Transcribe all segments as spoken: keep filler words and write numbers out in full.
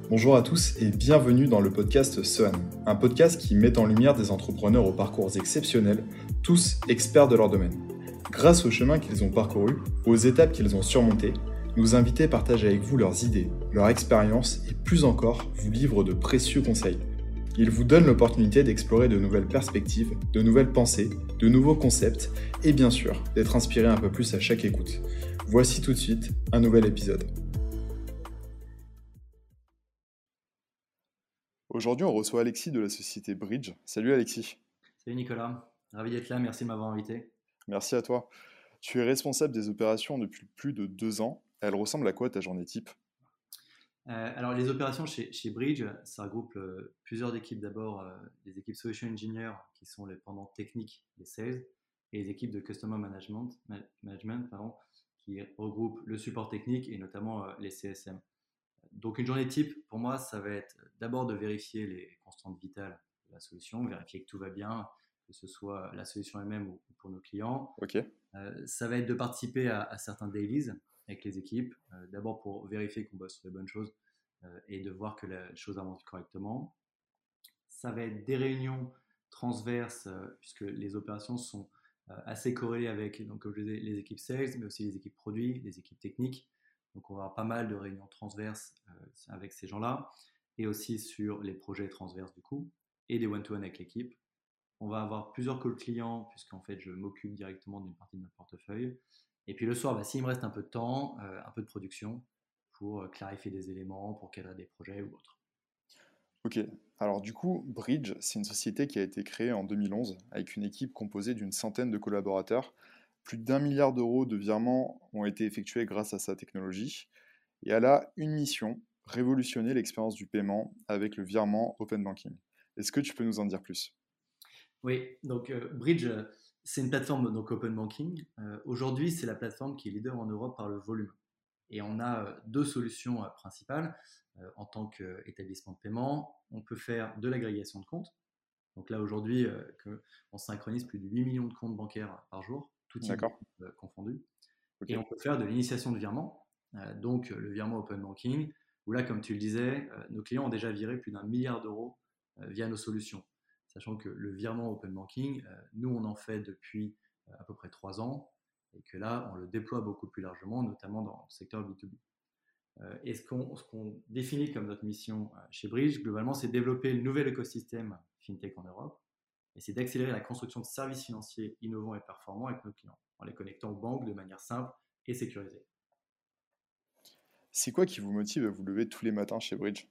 Bonjour à tous et bienvenue dans le podcast Sean, un podcast qui met en lumière des entrepreneurs aux parcours exceptionnels, tous experts de leur domaine. Grâce au chemin qu'ils ont parcouru, aux étapes qu'ils ont surmontées, nos invités partagent avec vous leurs idées, leur expérience et plus encore vous livrent de précieux conseils. Ils vous donnent l'opportunité d'explorer de nouvelles perspectives, de nouvelles pensées, de nouveaux concepts et bien sûr d'être inspiré un peu plus à chaque écoute. Voici tout de suite un nouvel épisode. Aujourd'hui, on reçoit Alexis de la société Bridge. Salut Alexis. Salut Nicolas, ravi d'être là, merci de m'avoir invité. Merci à toi. Tu es responsable des opérations depuis plus de deux ans. Elle ressemble à quoi ta journée type? Euh, alors les opérations chez, chez Bridge, ça regroupe euh, plusieurs équipes. D'abord euh, les équipes Solution Engineer qui sont les pendants techniques des sales et les équipes de Customer Management, ma- management pardon, qui regroupent le support technique et notamment euh, les C S M. Donc une journée type pour moi ça va être d'abord de vérifier les constantes vitales de la solution, vérifier que tout va bien, que ce soit la solution elle-même ou pour nos clients. Ok, Euh, ça va être de participer à, à certains dailies avec les équipes, euh, d'abord pour vérifier qu'on bosse sur les bonnes choses euh, et de voir que la chose avance correctement. Ça va être des réunions transverses, euh, puisque les opérations sont euh, assez corrélées avec, donc, comme je disais, les équipes sales, mais aussi les équipes produits, les équipes techniques. Donc on va avoir pas mal de réunions transverses euh, avec ces gens-là, et aussi sur les projets transverses du coup, et des one-to-one avec l'équipe. On va avoir plusieurs calls clients, puisqu'en fait, je m'occupe directement d'une partie de notre portefeuille. Et puis le soir, bah, s'il me reste un peu de temps, euh, un peu de production pour euh, clarifier des éléments, pour cadrer des projets ou autre. ok. Alors du coup, Bridge, c'est une société qui a été créée en deux mille onze avec une équipe composée d'une centaine de collaborateurs. Plus d'un milliard d'euros de virements ont été effectués grâce à sa technologie. Et elle a une mission, révolutionner l'expérience du paiement avec le virement Open Banking. Est-ce que tu peux nous en dire plus? Oui, donc euh, Bridge, euh, c'est une plateforme donc open banking. Euh, aujourd'hui, c'est la plateforme qui est leader en Europe par le volume. Et on a euh, deux solutions euh, principales euh, en tant qu'établissement de paiement. On peut faire de l'agrégation de comptes. Donc là, aujourd'hui, euh, que on synchronise plus de huit millions de comptes bancaires par jour, tout type de D'accord. comptes euh, confondus. Ok. Et on peut faire de l'initiation de virement, euh, donc euh, le virement open banking, où là, comme tu le disais, euh, nos clients ont déjà viré plus d'un milliard d'euros euh, via nos solutions. Sachant que le virement open banking, euh, nous, on en fait depuis euh, à peu près trois ans, et que là, on le déploie beaucoup plus largement, notamment dans le secteur B deux B. Euh, et ce qu'on, ce qu'on définit comme notre mission euh, chez Bridge, globalement, c'est de développer le nouvel écosystème FinTech en Europe, et c'est d'accélérer la construction de services financiers innovants et performants avec nos clients, en les connectant aux banques de manière simple et sécurisée. C'est quoi qui vous motive à vous lever tous les matins chez Bridge?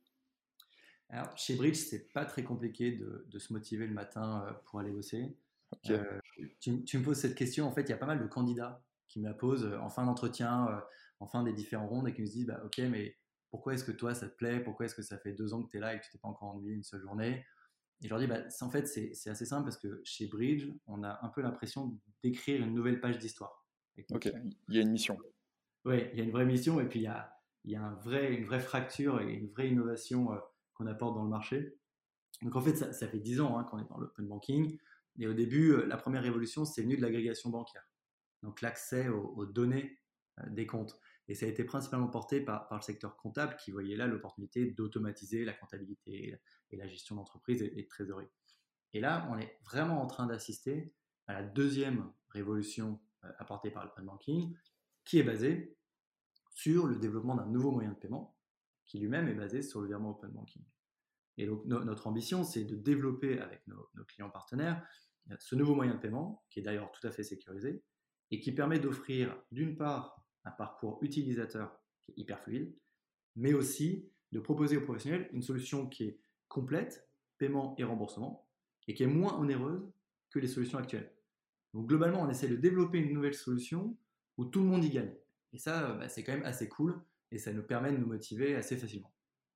Alors, chez Bridge, c'est pas très compliqué de, de se motiver le matin euh, pour aller bosser. Ok. Euh, tu, tu me poses cette question, en fait, il y a pas mal de candidats qui me la posent euh, en fin d'entretien, euh, en fin des différents rondes, et qui me disent, bah, ok, mais pourquoi est-ce que toi, ça te plaît? Pourquoi est-ce que ça fait deux ans que tu es là et que tu t'es pas encore ennuyé une seule journée? Et je leur dis, bah, en fait, c'est c'est assez simple parce que chez Bridge, on a un peu l'impression d'écrire une nouvelle page d'histoire avec nos Ok. clients. Il y a une mission. Oui, il y a une vraie mission et puis il y a, il y a un vrai, une vraie fracture et une vraie innovation euh, qu'on apporte dans le marché. Donc en fait, ça, ça fait dix ans hein, qu'on est dans l'open banking. Et au début, euh, la première révolution, c'est venu de l'agrégation bancaire. Donc l'accès aux, aux données euh, des comptes. Et ça a été principalement porté par, par le secteur comptable qui voyait là l'opportunité d'automatiser la comptabilité et la gestion d'entreprise et, et de trésorerie. Et là, on est vraiment en train d'assister à la deuxième révolution euh, apportée par l'open banking, qui est basée sur le développement d'un nouveau moyen de paiement, qui lui-même est basé sur le virement open banking. Et donc no- notre ambition, c'est de développer avec nos, nos clients partenaires euh, ce nouveau moyen de paiement, qui est d'ailleurs tout à fait sécurisé, et qui permet d'offrir d'une part un parcours utilisateur qui est hyper fluide, mais aussi de proposer aux professionnels une solution qui est complète, paiement et remboursement, et qui est moins onéreuse que les solutions actuelles. Donc globalement, on essaie de développer une nouvelle solution où tout le monde y gagne. Et ça, bah, c'est quand même assez cool, et ça nous permet de nous motiver assez facilement.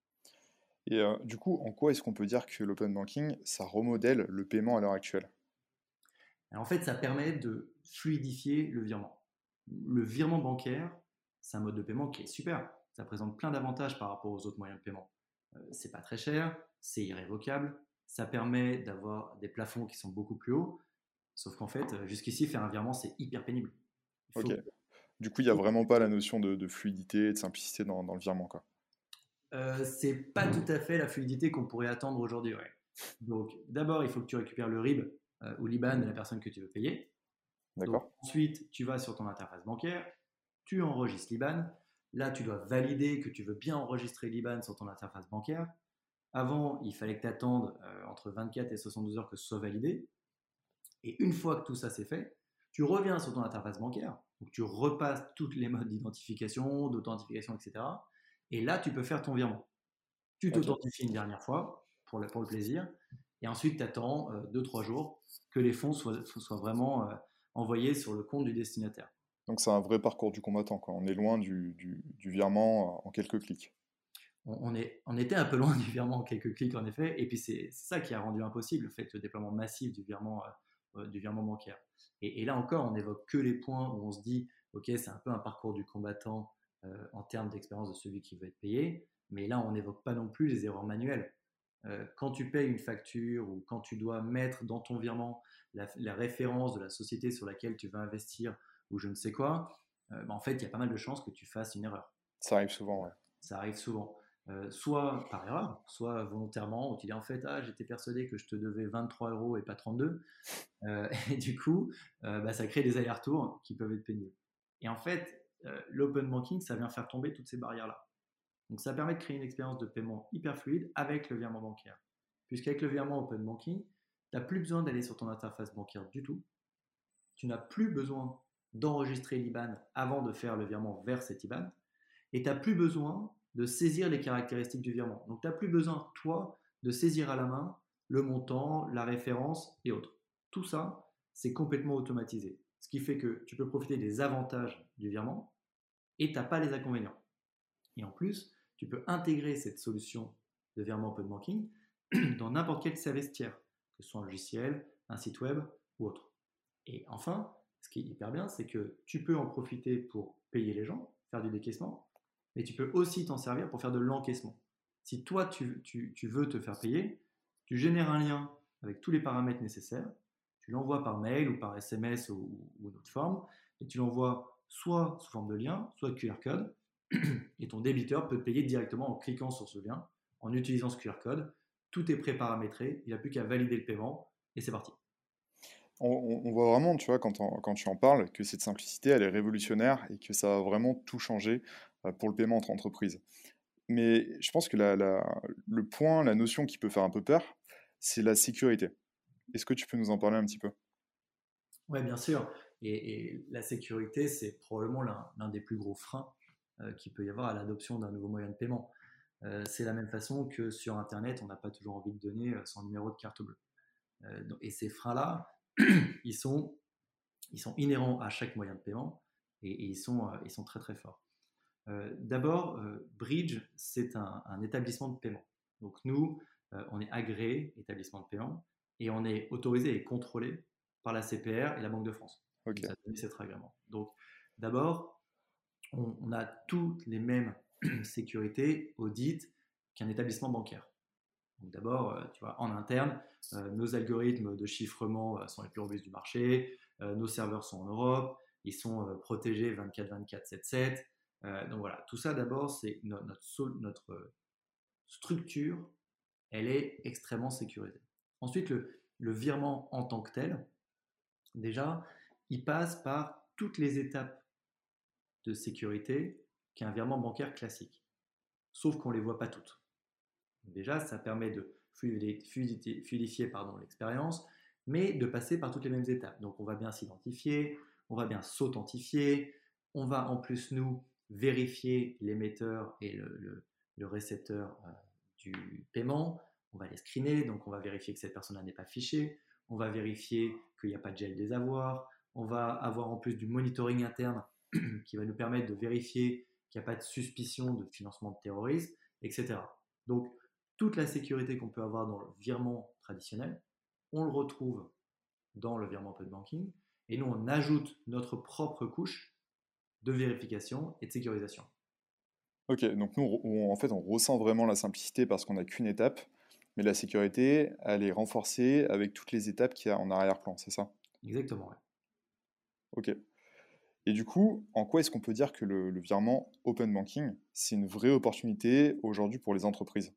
Et euh, du coup, en quoi est-ce qu'on peut dire que l'open banking, ça remodèle le paiement à l'heure actuelle? Alors en fait, ça permet de fluidifier le virement. Le virement bancaire, c'est un mode de paiement qui est super. Ça présente plein d'avantages par rapport aux autres moyens de paiement. Euh, c'est pas très cher, c'est irrévocable, ça permet d'avoir des plafonds qui sont beaucoup plus hauts. Sauf qu'en fait, euh, jusqu'ici, faire un virement, c'est hyper pénible. Il Ok. faut, Du coup, il n'y a faut- vraiment pas la notion de, de fluidité et de simplicité dans, dans le virement, quoi. Euh, c'est pas tout à fait la fluidité qu'on pourrait attendre aujourd'hui. Ouais. Donc, d'abord, il faut que tu récupères le R I B euh, ou l'I B A N de la personne que tu veux payer. Donc, D'accord? ensuite, tu vas sur ton interface bancaire, tu enregistres l'I B A N. Là, tu dois valider que tu veux bien enregistrer l'I B A N sur ton interface bancaire. Avant, il fallait que tu attendes euh, entre vingt-quatre et soixante-douze heures que ce soit validé. Et une fois que tout ça c'est fait, tu reviens sur ton interface bancaire, donc tu repasses toutes les modes d'identification, d'authentification, et cetera. Et là, tu peux faire ton virement. Tu Ok. t'authentifies une dernière fois pour le, pour le plaisir, et ensuite tu attends euh, deux trois jours que les fonds soient, soient vraiment euh, envoyés sur le compte du destinataire. Donc c'est un vrai parcours du combattant, quoi. On est loin du, du- du virement en quelques clics. On, on est, on était un peu loin du virement en quelques clics en effet, et puis c'est c'est ça qui a rendu impossible le fait le déploiement massif du virement, euh, euh, du virement bancaire. Et, et là encore, on n'évoque que les points où on se dit, ok, c'est un peu un parcours du combattant euh, en termes d'expérience de celui qui veut être payé, mais là on n'évoque pas non plus les erreurs manuelles. Euh, quand tu payes une facture ou quand tu dois mettre dans ton virement la, la référence de la société sur laquelle tu vas investir ou je ne sais quoi, euh, bah, en fait, il y a pas mal de chances que tu fasses une erreur. Ça arrive souvent, ouais. Ça arrive souvent. Euh, soit par erreur, soit volontairement, où tu dis en fait, ah, j'étais persuadé que je te devais vingt-trois euros et pas trente-deux. Euh, et du coup, euh, bah, ça crée des allers-retours qui peuvent être pénibles. Et en fait, euh, l'open banking, ça vient faire tomber toutes ces barrières-là. Donc ça permet de créer une expérience de paiement hyper fluide avec le virement bancaire. Puisqu'avec le virement open banking, tu n'as plus besoin d'aller sur ton interface bancaire du tout. Tu n'as plus besoin d'enregistrer l'I B A N avant de faire le virement vers cet I B A N. Et tu n'as plus besoin de saisir les caractéristiques du virement. Donc tu n'as plus besoin, toi, de saisir à la main le montant, la référence et autres. Tout ça, c'est complètement automatisé. Ce qui fait que tu peux profiter des avantages du virement et tu n'as pas les inconvénients. Et en plus, tu peux intégrer cette solution de virement open banking dans n'importe quel service tiers, que ce soit un logiciel, un site web ou autre. Et enfin, ce qui est hyper bien, c'est que tu peux en profiter pour payer les gens, faire du décaissement, mais tu peux aussi t'en servir pour faire de l'encaissement. Si toi, tu, tu, tu veux te faire payer, tu génères un lien avec tous les paramètres nécessaires, tu l'envoies par mail ou par S M S ou, ou une autre forme, et tu l'envoies soit sous forme de lien, soit de Q R code, et ton débiteur peut te payer directement en cliquant sur ce lien, en utilisant ce Q R code. Tout est pré-paramétré, il n'a plus qu'à valider le paiement, et c'est parti. On, on- on voit vraiment, tu vois, quand, on- quand tu en parles, que cette simplicité, elle est révolutionnaire et que ça va vraiment tout changer euh, pour le paiement entre entreprises. Mais je pense que la- la- le point, la notion qui peut faire un peu peur, c'est la sécurité. Est-ce que tu peux nous en parler un petit peu? Oui, bien sûr. Et, et la sécurité, c'est probablement l'un l'un des plus gros freins euh, qu'il peut y avoir à l'adoption d'un nouveau moyen de paiement. Euh, c'est la même façon que sur Internet, on n'a pas toujours envie de donner euh, son numéro de carte bleue. Euh, donc- et ces freins-là, ils sont, ils sont inhérents à chaque moyen de paiement et, et ils, sont, euh, ils sont très très forts. Euh, D'abord, euh, Bridge, c'est un, un établissement de paiement. Donc nous, euh, on est agréé établissement de paiement et on est autorisé et contrôlé par la C P R et la Banque de France. Ok, Donc ça donne cet agrément. Donc d'abord, on, on a toutes les mêmes sécurités audit qu'un établissement bancaire. Donc d'abord, euh, tu vois, en interne, euh, nos algorithmes de chiffrement euh, sont les plus robustes du marché, euh, nos serveurs sont en Europe, ils sont euh, protégés vingt-quatre vingt-quatre sept sept. Euh, donc voilà, tout ça d'abord, c'est no- notre, sol- notre euh, structure, elle est extrêmement sécurisée. Ensuite, le, le virement en tant que tel, déjà, il passe par toutes les étapes de sécurité qu'un virement bancaire classique, sauf qu'on ne les voit pas toutes. Déjà, ça permet de fluidifier, fluidifier pardon, l'expérience, mais de passer par toutes les mêmes étapes. Donc, on va bien s'identifier, on va bien s'authentifier, on va en plus, nous, vérifier l'émetteur et le, le, le récepteur euh, du paiement. On va les screener, donc on va vérifier que cette personne-là n'est pas fichée. On va vérifier qu'il n'y a pas de gel des avoirs. On va avoir en plus du monitoring interne qui va nous permettre de vérifier qu'il n'y a pas de suspicion de financement de terrorisme, et cetera. Donc, toute la sécurité qu'on peut avoir dans le virement traditionnel, on le retrouve dans le virement open banking. Et nous, on ajoute notre propre couche de vérification et de sécurisation. ok. Donc nous, on- en fait, on ressent vraiment la simplicité parce qu'on n'a qu'une étape, mais la sécurité, elle est renforcée avec toutes les étapes qu'il y a en arrière-plan, c'est ça? Exactement. Ouais. Ok. Et du coup, en quoi est-ce qu'on peut dire que le, le virement open banking, c'est une vraie opportunité aujourd'hui pour les entreprises?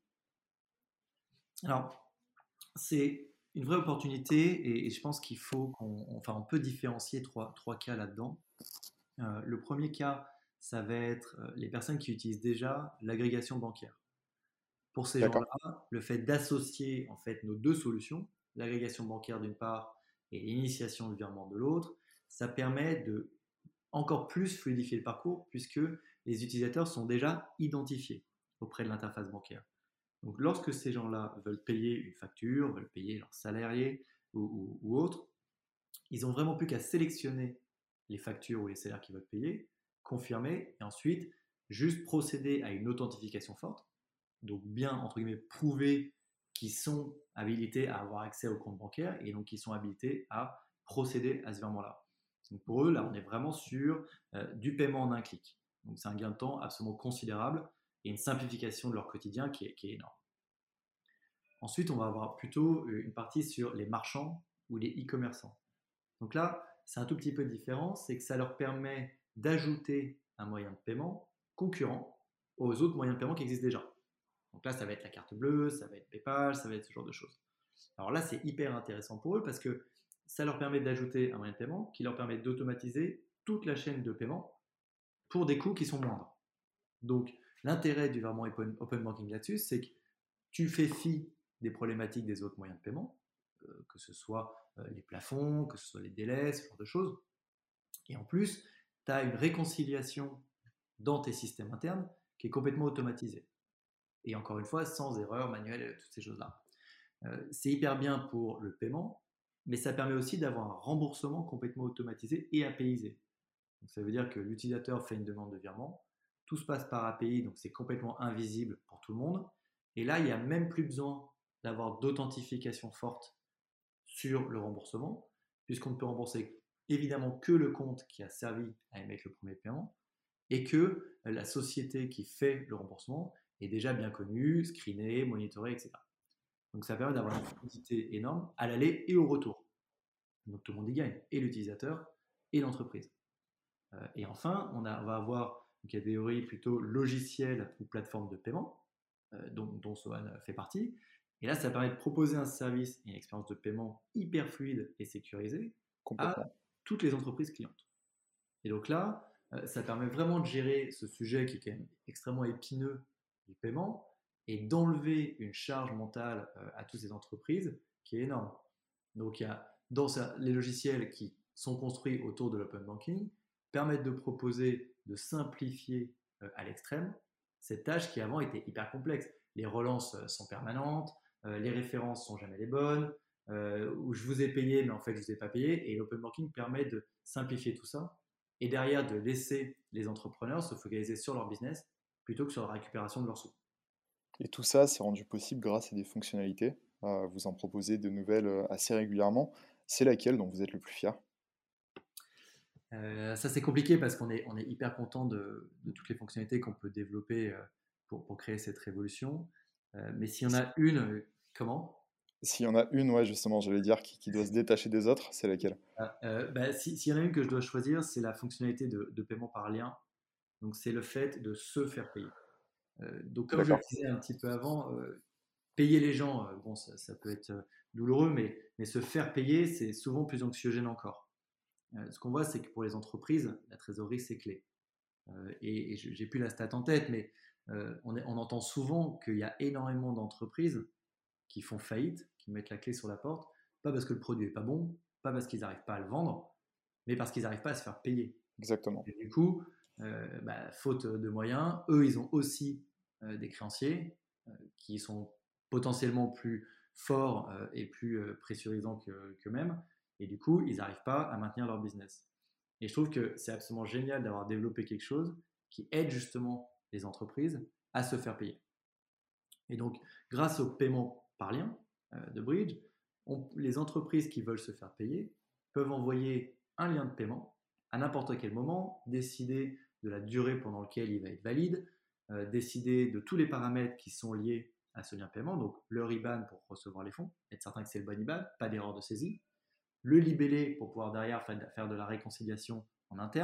Alors, c'est une vraie opportunité et, et je pense qu'il faut qu'on, enfin, on peut différencier trois, trois cas là-dedans. Euh, le premier cas, ça va être euh, les personnes qui utilisent déjà l'agrégation bancaire. Pour ces D'accord. gens-là, le fait d'associer en fait nos deux solutions, l'agrégation bancaire d'une part et l'initiation de virement de l'autre, ça permet de encore plus fluidifier le parcours puisque les utilisateurs sont déjà identifiés auprès de l'interface bancaire. Donc lorsque ces gens-là veulent payer une facture, veulent payer leur salarié ou, ou, ou autre, ils ont vraiment plus qu'à sélectionner les factures ou les salaires qu'ils veulent payer, confirmer et ensuite juste procéder à une authentification forte. Donc bien, entre guillemets, prouver qu'ils sont habilités à avoir accès au compte bancaire et donc qu'ils sont habilités à procéder à ce virement-là. Donc pour eux, là, on est vraiment sur euh, du paiement en un clic. Donc c'est un gain de temps absolument considérable et une simplification de leur quotidien qui est, qui est énorme. Ensuite, on va avoir plutôt une partie sur les marchands ou les e-commerçants. Donc là, c'est un tout petit peu différent, c'est que ça leur permet d'ajouter un moyen de paiement concurrent aux autres moyens de paiement qui existent déjà. Donc là, ça va être la carte bleue, ça va être PayPal, ça va être ce genre de choses. Alors là, c'est hyper intéressant pour eux parce que ça leur permet d'ajouter un moyen de paiement qui leur permet d'automatiser toute la chaîne de paiement pour des coûts qui sont moindres. Donc l'intérêt du virement open, open banking là-dessus, c'est que tu fais fi des problématiques des autres moyens de paiement, euh, que ce soit euh, les plafonds, que ce soit les délais, ce genre de choses. Et en plus, tu as une réconciliation dans tes systèmes internes qui est complètement automatisée. Et encore une fois, sans erreur manuelle, toutes ces choses-là. Euh, c'est hyper bien pour le paiement, mais ça permet aussi d'avoir un remboursement complètement automatisé et A P Isé. Donc ça veut dire que l'utilisateur fait une demande de virement, tout se passe par A P I, donc c'est complètement invisible pour tout le monde. Et là, il n'y a même plus besoin d'avoir d'authentification forte sur le remboursement, puisqu'on ne peut rembourser évidemment que le compte qui a servi à émettre le premier paiement, et que la société qui fait le remboursement est déjà bien connue, screenée, monitorée, et cetera. Donc ça permet d'avoir une fluidité énorme à l'aller et au retour. Donc tout le monde y gagne, et l'utilisateur et l'entreprise. Euh, et enfin, on, a, on va avoir une catégorie plutôt logiciel ou plateforme de paiement, euh, dont, dont Sohan fait partie. Et là, ça permet de proposer un service et une expérience de paiement hyper fluide et sécurisée à Complètement. toutes les entreprises clientes. Et donc là, euh, ça permet vraiment de gérer ce sujet qui est quand même extrêmement épineux du paiement et d'enlever une charge mentale euh, à toutes ces entreprises qui est énorme. Donc il y a dans ça, les logiciels qui sont construits autour de l'open banking permettent de proposer, de simplifier euh, à l'extrême cette tâche qui avant était hyper complexe. Les relances euh, sont permanentes, euh, les références sont jamais les bonnes, euh, où je vous ai payé mais en fait je vous ai pas payé et l'open banking permet de simplifier tout ça et derrière de laisser les entrepreneurs se focaliser sur leur business plutôt que sur la récupération de leurs sous. Et tout ça, c'est rendu possible grâce à des fonctionnalités. Euh, vous en proposez de nouvelles euh, assez régulièrement. C'est laquelle dont vous êtes le plus fier? Euh, ça c'est compliqué parce qu'on est, on est hyper content de, de toutes les fonctionnalités qu'on peut développer euh, pour, pour créer cette révolution. Euh, mais s'il y en a une, euh, comment? S'il y en a une, ouais, justement, j'allais dire, qui, qui doit se détacher des autres, c'est laquelle? Ah, euh, bah, si- S'il y en a une que je dois choisir, c'est la fonctionnalité de, de paiement par lien. Donc c'est le fait de se faire payer. Euh, donc comme je le D'accord. disais un petit peu avant, euh, payer les gens, euh, bon, ça, ça peut être euh, douloureux, mais, mais se faire payer, c'est souvent plus anxiogène encore. Euh, ce qu'on voit, c'est que pour les entreprises, la trésorerie, c'est clé. Euh, et, et j'ai plus la stat en tête, mais euh, on, est- on entend souvent qu'il y a énormément d'entreprises qui font faillite, qui mettent la clé sur la porte, pas parce que le produit est pas bon, pas parce qu'ils n'arrivent pas à le vendre, mais parce qu'ils n'arrivent pas à se faire payer. Exactement. Et du coup, euh, bah, faute de moyens, eux, ils ont aussi euh, des créanciers euh, qui sont potentiellement plus forts euh, et plus euh, pressurisants que- qu'eux-mêmes. Et du coup, ils n'arrivent pas à maintenir leur business. Et je trouve que c'est absolument génial d'avoir développé quelque chose qui aide justement les entreprises à se faire payer. Et donc, grâce au paiement par lien euh, de Bridge, on- les entreprises qui veulent se faire payer peuvent envoyer un lien de paiement à n'importe quel moment, décider de la durée pendant laquelle il va être valide, euh, décider de tous les paramètres qui sont liés à ce lien de paiement, donc leur I B A N pour recevoir les fonds, être certain que c'est le bon I B A N, pas d'erreur de saisie, le libellé pour pouvoir derrière faire de la réconciliation en interne,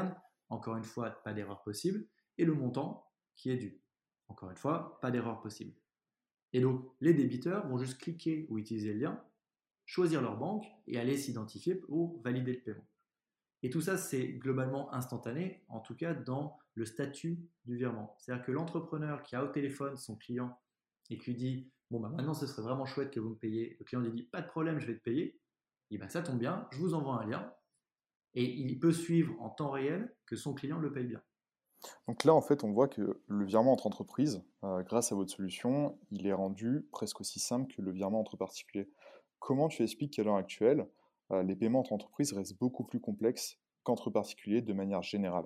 encore une fois, pas d'erreur possible, et le montant qui est dû. Encore une fois, pas d'erreur possible. Et donc, les débiteurs vont juste cliquer ou utiliser le lien, choisir leur banque et aller s'identifier pour valider le paiement. Et tout ça, c'est globalement instantané, en tout cas dans le statut du virement. C'est-à-dire que l'entrepreneur qui a au téléphone son client et qui lui dit « Bon, bah maintenant, ce serait vraiment chouette que vous me payiez », le client lui dit « Pas de problème, je vais te payer », et ben ça tombe bien, je vous envoie un lien et il peut suivre en temps réel que son client le paye bien. Donc là, en fait, on voit que le virement entre entreprises, euh, grâce à votre solution, il est rendu presque aussi simple que le virement entre particuliers. Comment tu expliques qu'à l'heure actuelle, euh, les paiements entre entreprises restent beaucoup plus complexes qu'entre particuliers de manière générale?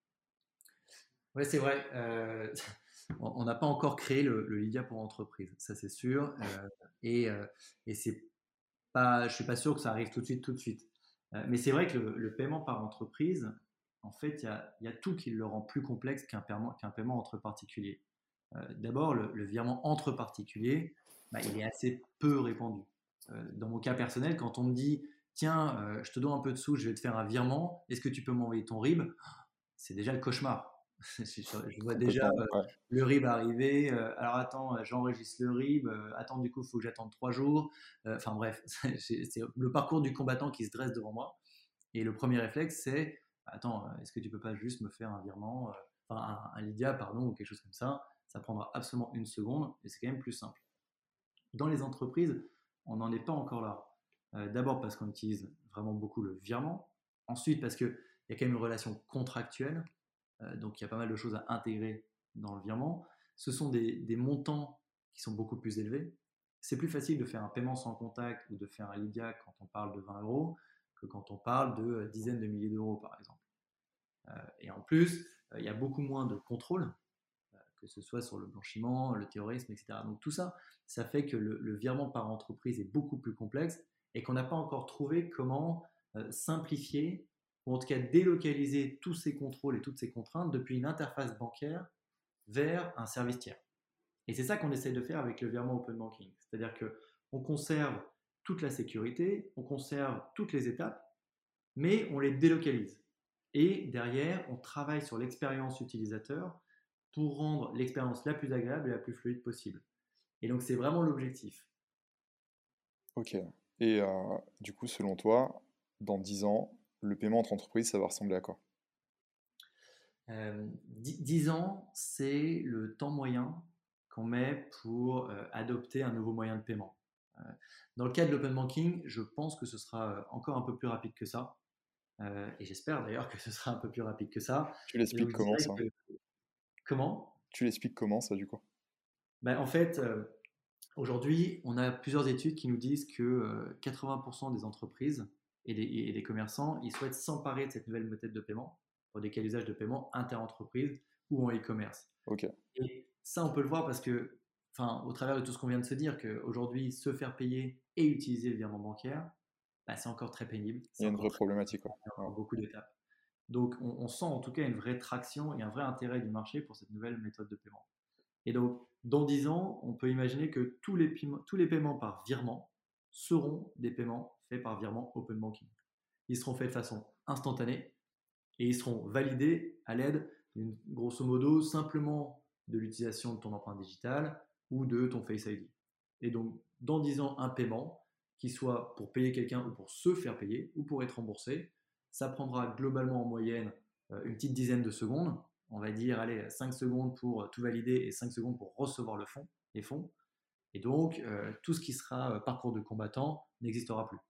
Oui, c'est vrai. Euh, on n'a pas encore créé le, le Lydia pour entreprise, ça c'est sûr. Euh, et euh, et c'est pas, je ne suis pas sûr que ça arrive tout de suite, tout de suite. Euh, mais c'est vrai que le, le paiement par entreprise, en fait, il y a, y a tout qui le rend plus complexe qu'un paiement, qu'un paiement entre particuliers. Euh, d'abord, le, le virement entre particuliers, bah, il est assez peu répandu. Euh, dans mon cas personnel, quand on me dit tiens, euh, je te donne un peu de sous, je vais te faire un virement, est-ce que tu peux m'envoyer ton R I B? C'est déjà le cauchemar. Je vois déjà Complètement, euh, ouais. le R I B arriver. euh, alors attends, euh, j'enregistre le R I B. euh, attends, du coup, il faut que j'attende trois jours. Euh, Enfin bref, c'est c'est le parcours du combattant qui se dresse devant moi. Et le premier réflexe, c'est attends, euh, est-ce que tu peux pas juste me faire un virement, euh, enfin un, un Lydia, pardon, ou quelque chose comme ça? Ça prendra absolument une seconde et c'est quand même plus simple. Dans les entreprises, on n'en est pas encore là. Euh, D'abord parce qu'on utilise vraiment beaucoup le virement. Ensuite parce qu'il y a quand même une relation contractuelle. Euh, donc il y a pas mal de choses à intégrer dans le virement. Ce sont des, des montants qui sont beaucoup plus élevés. C'est plus facile de faire un paiement sans contact ou de faire un Lydia quand on parle de vingt euros que quand on parle de dizaines de milliers d'euros, par exemple. Euh, et en plus, euh, il y a beaucoup moins de contrôle, euh, que ce soit sur le blanchiment, le terrorisme, et cetera. Donc tout ça, ça fait que le, le virement par entreprise est beaucoup plus complexe et qu'on n'a pas encore trouvé comment euh, simplifier ou en tout cas délocaliser tous ces contrôles et toutes ces contraintes depuis une interface bancaire vers un service tiers. Et c'est ça qu'on essaie de faire avec le virement open banking. C'est-à-dire qu'on conserve toute la sécurité, on conserve toutes les étapes, mais on les délocalise. Et derrière, on travaille sur l'expérience utilisateur pour rendre l'expérience la plus agréable et la plus fluide possible. Et donc, c'est vraiment l'objectif. Ok. Et euh, du coup, selon toi, dans dix ans, le paiement entre entreprises, ça va ressembler à quoi? Euh, dix ans, c'est le temps moyen qu'on met pour euh, adopter un nouveau moyen de paiement. Euh, dans le cas de l'open banking, je pense que ce sera encore un peu plus rapide que ça. Euh, et j'espère d'ailleurs que ce sera un peu plus rapide que ça. Tu Et donc, l'expliques je comment dirais ça? que comment? Tu l'expliques comment ça, du coup? Ben, en fait, euh, aujourd'hui, on a plusieurs études qui nous disent que euh, quatre-vingts pour cent des entreprises et des, et des commerçants, ils souhaitent s'emparer de cette nouvelle méthode de paiement pour des cas d'usage de paiement inter-entreprise ou en e-commerce. Ok. Et ça, on peut le voir parce que, enfin, au travers de tout ce qu'on vient de se dire, qu'aujourd'hui, se faire payer et utiliser le virement bancaire, bah, c'est encore très pénible, Il y c'est a une encore vraie très problématique, ouais. il y a Ouais. encore beaucoup d'étapes. Donc, on, on sent en tout cas une vraie traction et un vrai intérêt du marché pour cette nouvelle méthode de paiement. Et donc, dans dix ans, on peut imaginer que tous les, paiements, tous les paiements par virement seront des paiements faits par virement open banking. Ils seront faits de façon instantanée et ils seront validés à l'aide, d'une, grosso modo, simplement de l'utilisation de ton empreinte digitale ou de ton Face I D. Et donc, dans dix ans, un paiement, qui soit pour payer quelqu'un ou pour se faire payer ou pour être remboursé, ça prendra globalement en moyenne euh, une petite dizaine de secondes. On va dire, allez, cinq secondes pour tout valider et cinq secondes pour recevoir le fonds, les fonds. Et donc, euh, tout ce qui sera euh, parcours de combattant n'existera plus.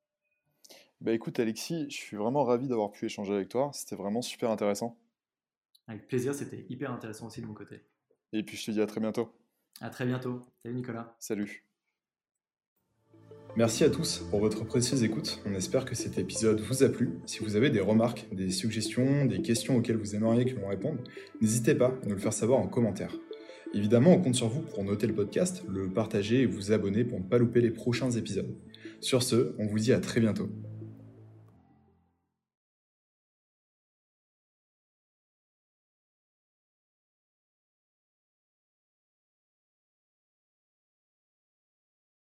Bah écoute Alexis, je suis vraiment ravi d'avoir pu échanger avec toi, c'était vraiment super intéressant. Avec plaisir, c'était hyper intéressant aussi de mon côté. Et puis je te dis à très bientôt. À très bientôt. Salut Nicolas. Salut. Merci à tous pour votre précieuse écoute. On espère que cet épisode vous a plu. Si vous avez des remarques, des suggestions, des questions auxquelles vous aimeriez que l'on réponde, n'hésitez pas à nous le faire savoir en commentaire. Évidemment, on compte sur vous pour noter le podcast, le partager et vous abonner pour ne pas louper les prochains épisodes. Sur ce, on vous dit à très bientôt.